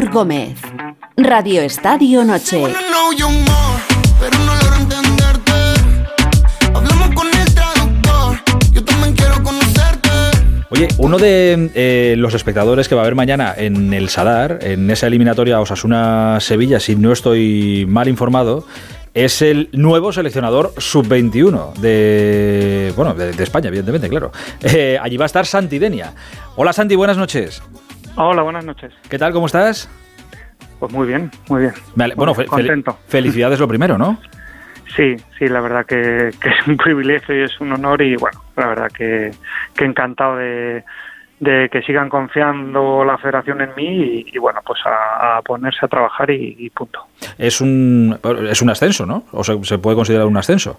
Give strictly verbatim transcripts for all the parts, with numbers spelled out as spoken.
Aitor Gómez. Radio Estadio Noche. Oye, uno de eh, los espectadores que va a haber mañana en el Sadar, en esa eliminatoria Osasuna-Sevilla, si no estoy mal informado, es el nuevo seleccionador sub veintiuno de, bueno, de, de España, evidentemente, claro. Eh, allí va a estar Santi Denia. Hola Santi, buenas noches. Hola, buenas noches. ¿Qué tal? ¿Cómo estás? Pues muy bien, muy bien. Vale, bueno, fe- contento. Felicidades lo primero, ¿no? Sí, sí, la verdad que, que es un privilegio y es un honor y bueno, la verdad que, que encantado de, de que sigan confiando la federación en mí y, y bueno, pues a, a ponerse a trabajar y, y punto. Es un es un ascenso, ¿no? O se, se puede considerar un ascenso.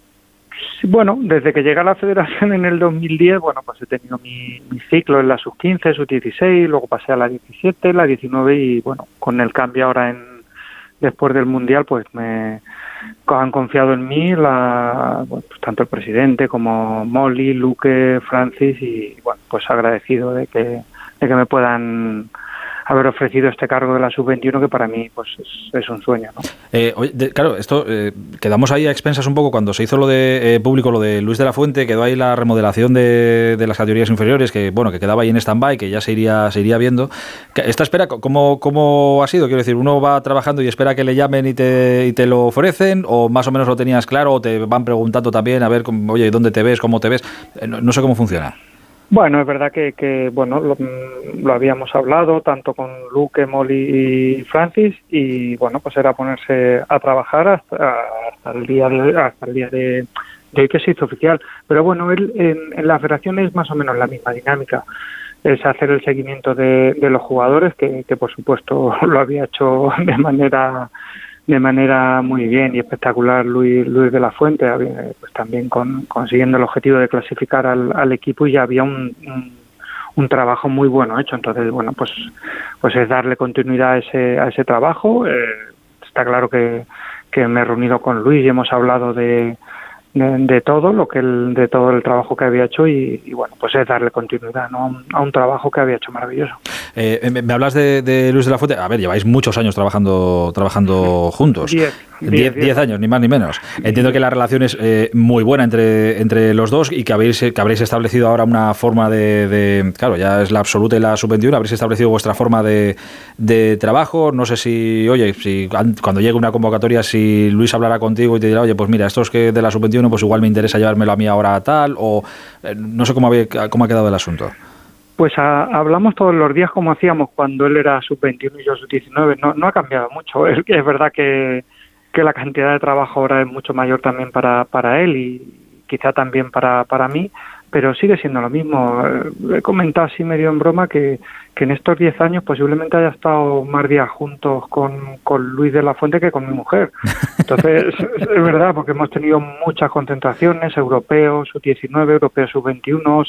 Sí, bueno, desde que llegué a la federación en el dos mil diez, bueno, pues he tenido mi, mi ciclo en la sub quince, sub dieciséis, luego pasé a la diecisiete, la diecinueve y bueno, con el cambio ahora en después del Mundial, pues me han confiado en mí la, bueno, pues tanto el presidente como Molly, Luque, Francis y bueno, pues agradecido de que, de que me puedan haber ofrecido este cargo de la sub veintiuno que para mí pues es, es un sueño, ¿no? Eh, oye, de, claro, esto eh, quedamos ahí a expensas un poco cuando se hizo lo de eh, público, lo de Luis de la Fuente, quedó ahí la remodelación de, de las categorías inferiores, que bueno, que quedaba ahí en stand-by, que ya se iría, se iría viendo. Esta espera, ¿cómo, ¿cómo ha sido? Quiero decir, ¿uno va trabajando y espera que le llamen y te, y te lo ofrecen? ¿O más o menos lo tenías claro? ¿O te van preguntando también, a ver, oye, ¿dónde te ves? ¿Cómo te ves? Eh, no, no sé cómo funciona. Bueno, es verdad que, que bueno lo, lo habíamos hablado tanto con Luque, Molly y Francis y bueno, pues era ponerse a trabajar hasta, hasta el día de hasta el día de, de hoy que se hizo oficial. Pero bueno, él, en, en la federación es más o menos la misma dinámica. Es hacer el seguimiento de, de los jugadores, que, que por supuesto lo había hecho de manera de manera muy bien y espectacular Luis, Luis de la Fuente, pues también con, consiguiendo el objetivo de clasificar al, al equipo y ya había un, un, un trabajo muy bueno hecho. Entonces, bueno, pues pues es darle continuidad a ese, a ese trabajo. Eh, está claro que, que me he reunido con Luis y hemos hablado de, de, de todo lo que el, de todo el trabajo que había hecho y, y bueno, pues es darle continuidad, ¿no? a, un, a un trabajo que había hecho maravilloso. Eh, me, me hablas de, de Luis de la Fuente. A ver, lleváis muchos años trabajando trabajando juntos. Diez, diez, diez, diez años, ni más ni menos. Entiendo que la relación es eh, muy buena entre, entre los dos y que habéis que habréis establecido ahora una forma de, de... Claro, ya es la absoluta y la sub veintiuno. Habréis establecido vuestra forma de, de trabajo. No sé si, oye, si cuando llegue una convocatoria, si Luis hablará contigo y te dirá, oye, pues mira, estos que de la sub veintiuno, pues igual me interesa llevármelo a mí ahora a tal, o eh, no sé cómo, había, cómo ha quedado el asunto. Pues a, hablamos todos los días como hacíamos cuando él era sub veintiuno y yo sub diecinueve. No, no ha cambiado mucho. Es, es verdad que, que la cantidad de trabajo ahora es mucho mayor también para, para él y quizá también para, para mí, pero sigue siendo lo mismo. He comentado así medio en broma que, que en estos diez años posiblemente haya estado más días juntos con, con Luis de la Fuente que con mi mujer. Entonces, es verdad, porque hemos tenido muchas concentraciones, europeos, sub diecinueve, europeos sub veintiuno,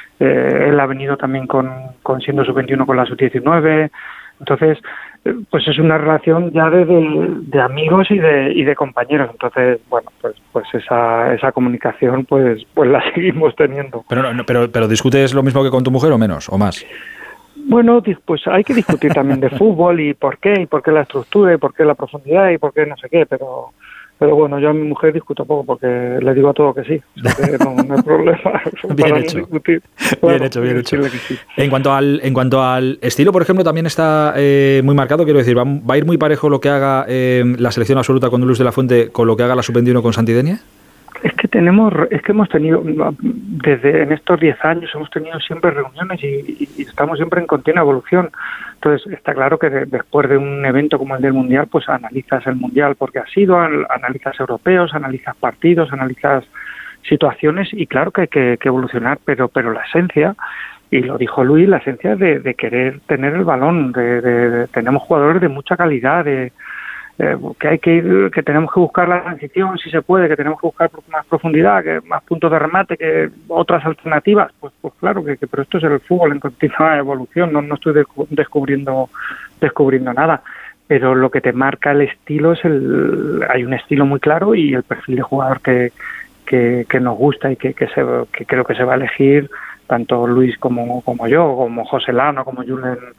eh, él ha venido también con, con siendo sub veintiuno con la sub diecinueve, entonces, eh, pues es una relación ya de, de, de amigos y de, y de compañeros, entonces, bueno, pues pues esa esa comunicación pues pues la seguimos teniendo. Pero, no, pero, pero ¿discutes lo mismo que con tu mujer o menos, o más? Bueno, pues hay que discutir también de fútbol y por qué, y por qué la estructura, y por qué la profundidad, y por qué no sé qué, pero pero bueno, yo a mi mujer discuto poco porque le digo a todo que sí, o sea que no, no hay problema bien para hecho. no discutir. Bien Bueno, hecho, bien hecho. sí. En cuanto al en cuanto al estilo, por ejemplo, también está eh, muy marcado, quiero decir, ¿va, va a ir muy parejo lo que haga eh, la selección absoluta con Luis de la Fuente con lo que haga la sub veintiuno con Santi Denia? Es que tenemos, es que hemos tenido, desde en estos diez años hemos tenido siempre reuniones y, y estamos siempre en continua evolución. Entonces está claro que de, después de un evento como el del Mundial, pues analizas el Mundial porque ha sido, analizas europeos, analizas partidos, analizas situaciones y claro que hay que, que evolucionar, pero pero la esencia, y lo dijo Luis, la esencia de, de querer tener el balón, de, de, de tenemos jugadores de mucha calidad, de Eh, que hay que ir, que tenemos que buscar la transición si se puede, que tenemos que buscar más profundidad, que más puntos de remate, que otras alternativas, pues pues claro que, que pero esto es el fútbol en continua evolución, no no estoy descubriendo descubriendo nada, pero lo que te marca el estilo es el hay un estilo muy claro y el perfil de jugador que que, que nos gusta y que que se que creo que se va a elegir tanto Luis como como yo, como José Lano, como Julen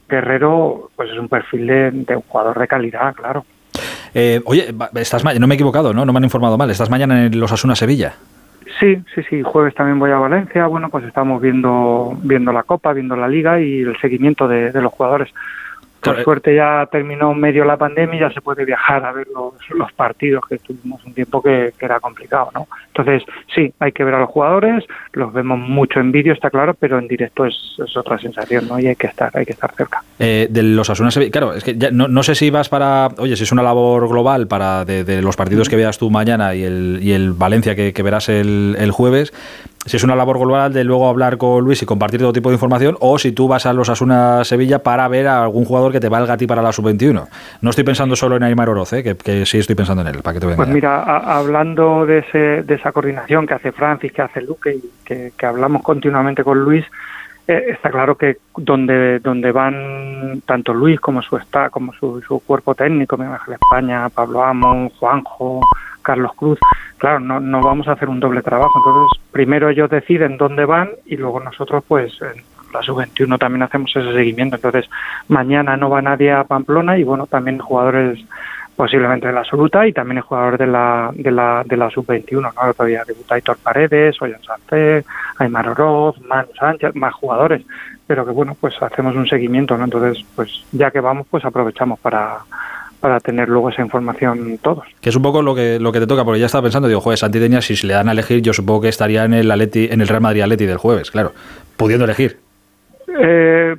Guerrero pues es un perfil de, de un jugador de calidad, claro. Eh, oye, estás no me he equivocado, ¿no? No me han informado mal. ¿Estás mañana en los Osasuna Sevilla? Sí, sí, sí. Jueves también voy a Valencia. Bueno, pues estamos viendo viendo la Copa, viendo la Liga y el seguimiento de, de los jugadores. Por Claro. suerte ya terminó medio la pandemia y ya se puede viajar a ver los, los partidos, que tuvimos un tiempo que, que era complicado, ¿no? Entonces, sí, hay que ver a los jugadores, los vemos mucho en vídeo, está claro, pero en directo es, es otra sensación, ¿no? Y hay que estar, hay que estar cerca. Eh, de los Osasuna Sevilla, claro, es que ya no, no sé si vas para, oye, si es una labor global para de, de los partidos que veas tú mañana y el, y el Valencia que, que verás el, el jueves, si es una labor global de luego hablar con Luis y compartir todo tipo de información, o si tú vas a los Osasuna Sevilla para ver a algún jugador que te valga a ti para la sub veintiuno. No estoy pensando solo en Aimar Oroz, ¿eh? que, que sí estoy pensando en él, para que te venga. Pues mira, a, hablando de, ese, de esa coordinación que hace Francis, que hace Luque y que, que hablamos continuamente con Luis, eh, está claro que donde donde van tanto Luis como su está como su, su cuerpo técnico, Miguel Ángel España, Pablo Amon, Juanjo, Carlos Cruz, claro, no, no vamos a hacer un doble trabajo. Entonces, primero ellos deciden dónde van y luego nosotros, pues, en la sub veintiuno también hacemos ese seguimiento. Entonces, mañana no va nadie a Pamplona y, bueno, también jugadores posiblemente de la absoluta y también el jugador de la de la de la sub veintiuno, ¿no? Todavía debuta Aitor Paredes, Ollán Sánchez, Aimar Oroz, Manu Sánchez, más jugadores, pero que, bueno, pues hacemos un seguimiento, ¿no? Entonces, pues ya que vamos, pues aprovechamos para para tener luego esa información todos. Que es un poco lo que lo que te toca, porque ya estaba pensando, digo, joder, Santi Deña, si se le dan a elegir, yo supongo que estaría en el Atleti, en el Real Madrid Atleti del jueves, claro, pudiendo elegir. Eh,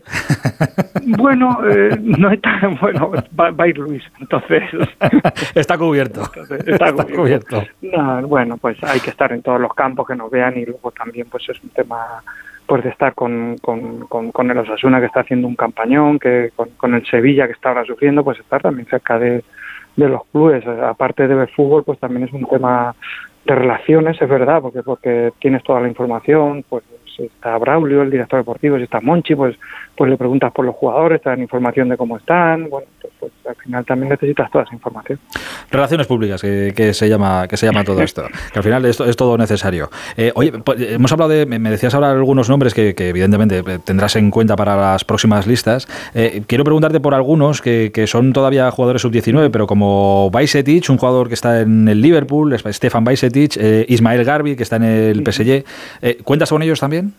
bueno, eh, no está bueno, va, va a ir Luis, entonces está cubierto. Entonces, está, está cubierto. cubierto. No, bueno, pues hay que estar en todos los campos que nos vean y luego también pues es un tema pues de estar con, con, con, con el Osasuna, que está haciendo un campañón, que con, con el Sevilla, que está ahora sufriendo, pues estar también cerca de, de los clubes. Aparte de ver fútbol, pues también es un tema de relaciones, es verdad, porque porque tienes toda la información, pues si está Braulio, el director deportivo, si está Monchi, pues pues le preguntas por los jugadores, te dan información de cómo están, bueno, pues, pues al final también necesitas toda esa información. Relaciones públicas, que, que se llama que se llama todo esto, que al final esto es todo necesario. Eh, oye, pues, hemos hablado de, me decías ahora algunos nombres que, que evidentemente tendrás en cuenta para las próximas listas. Eh, quiero preguntarte por algunos que, que son todavía jugadores sub diecinueve, pero como Bajcetic, un jugador que está en el Liverpool, Stefan Bajcetic, eh, Ismael Garbi, que está en el P S G. Eh, ¿Cuentas con ellos también?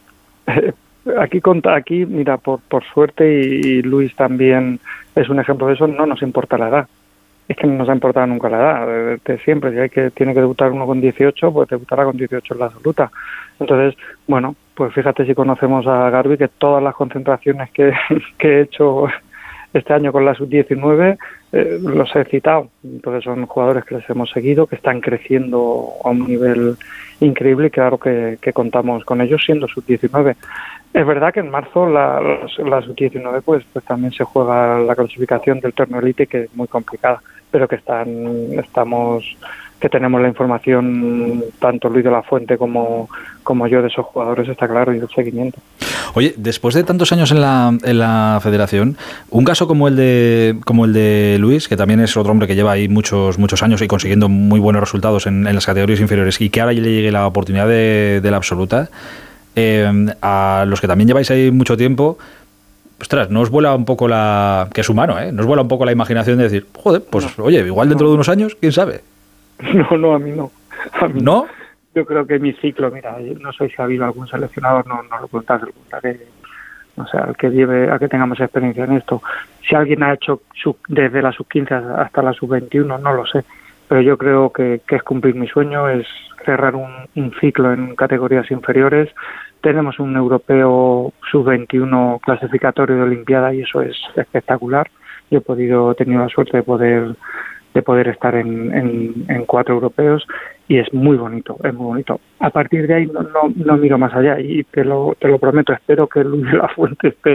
Aquí, aquí mira, por, por suerte, y, y Luis también es un ejemplo de eso, no nos importa la edad. Es que no nos ha importado nunca la edad, de, de siempre. Si hay que tiene que debutar uno con dieciocho, pues debutará con dieciocho en la absoluta. Entonces, bueno, pues fíjate si conocemos a Garbi, que todas las concentraciones que, que he hecho este año con la sub diecinueve eh, los he citado. Entonces son jugadores que les hemos seguido, que están creciendo a un nivel increíble y claro que, que contamos con ellos siendo sub diecinueve. Es verdad que en marzo la, la sub diecinueve pues, pues también se juega la clasificación del torneo Elite, que es muy complicada, pero que están estamos que tenemos la información tanto Luis de la Fuente como, como yo de esos jugadores, está claro, y el seguimiento. Oye, después de tantos años en la, en la federación, un caso como el de como el de Luis, que también es otro hombre que lleva ahí muchos muchos años y consiguiendo muy buenos resultados en, en las categorías inferiores, y que ahora le llegue la oportunidad de, de la absoluta, eh, a los que también lleváis ahí mucho tiempo, ostras, ¿no os vuela un poco la... que es humano, ¿eh? ¿No os vuela un poco la imaginación de decir, joder, pues no, oye, igual dentro no. de unos años, quién sabe? No, no, a mí no. A mí ¿No? Yo creo que mi ciclo, mira, no sé si ha habido algún seleccionador, no, no lo preguntas, lo preguntaré, no sé, al que lleve, a que tengamos experiencia en esto. Si alguien ha hecho sub, desde la sub quince hasta la sub veintiuno, no lo sé, pero yo creo que, que es cumplir mi sueño, es cerrar un, un ciclo en categorías inferiores. Tenemos un europeo sub veintiuno clasificatorio de Olimpiada y eso es espectacular. Yo he podido, he tenido la suerte de poder de poder estar en, en, en cuatro europeos y es muy bonito, es muy bonito. A partir de ahí no, no, no miro más allá y te lo, te lo prometo, espero que Luis de la Fuente esté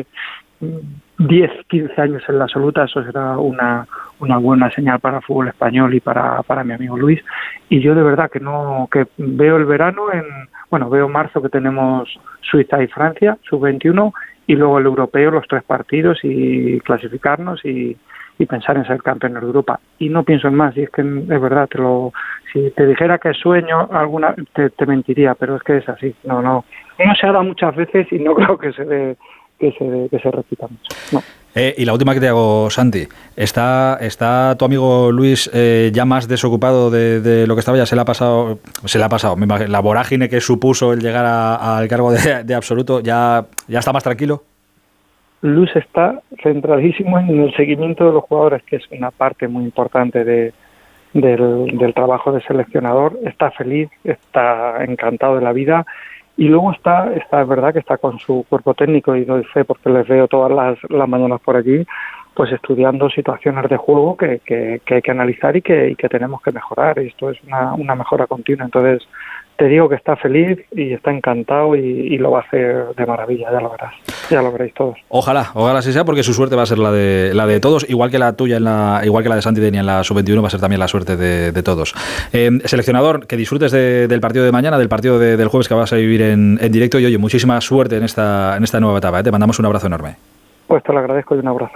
diez, quince años en la absoluta, eso será una, una buena señal para el fútbol español y para, para mi amigo Luis. Y yo de verdad que no, que veo el verano en, bueno, veo marzo que tenemos Suiza y Francia, sub veintiuno, y luego el europeo, los tres partidos y clasificarnos y y pensar en ser campeones de Europa. Y no pienso en más, y es que es verdad, te lo, si te dijera que sueño alguna, te, te mentiría, pero es que es así. No, no, no se ha dado muchas veces y no creo que se dé que se, que se repita mucho, ¿no? Eh, y la última que te hago, Santi, ¿está, está tu amigo Luis eh, ya más desocupado de, de lo que estaba? Ya se le ha pasado, se le ha pasado, me imagino, la vorágine que supuso el llegar a, al cargo de, de absoluto, ¿ya, ya está más tranquilo? Luis está centradísimo en el seguimiento de los jugadores, que es una parte muy importante de, del, del trabajo de seleccionador. Está feliz, está encantado de la vida. Y luego está, está, es verdad que está con su cuerpo técnico, y doy fe porque les veo todas las, las mañanas por allí, pues estudiando situaciones de juego que, que, que hay que analizar y que, y que tenemos que mejorar. Y esto es una, una mejora continua. Entonces, te digo que está feliz y está encantado y, y lo va a hacer de maravilla, ya lo verás, ya lo veréis todos. Ojalá, ojalá así sea, porque su suerte va a ser la de la de todos, igual que la tuya, en la, igual que la de Santi Denia en la sub veintiuno, va a ser también la suerte de, de todos. Eh, seleccionador, que disfrutes de, del partido de mañana, del partido de, del jueves que vas a vivir en, en directo, y oye, muchísima suerte en esta, en esta nueva etapa, ¿eh? Te mandamos un abrazo enorme. Pues te lo agradezco y un abrazo.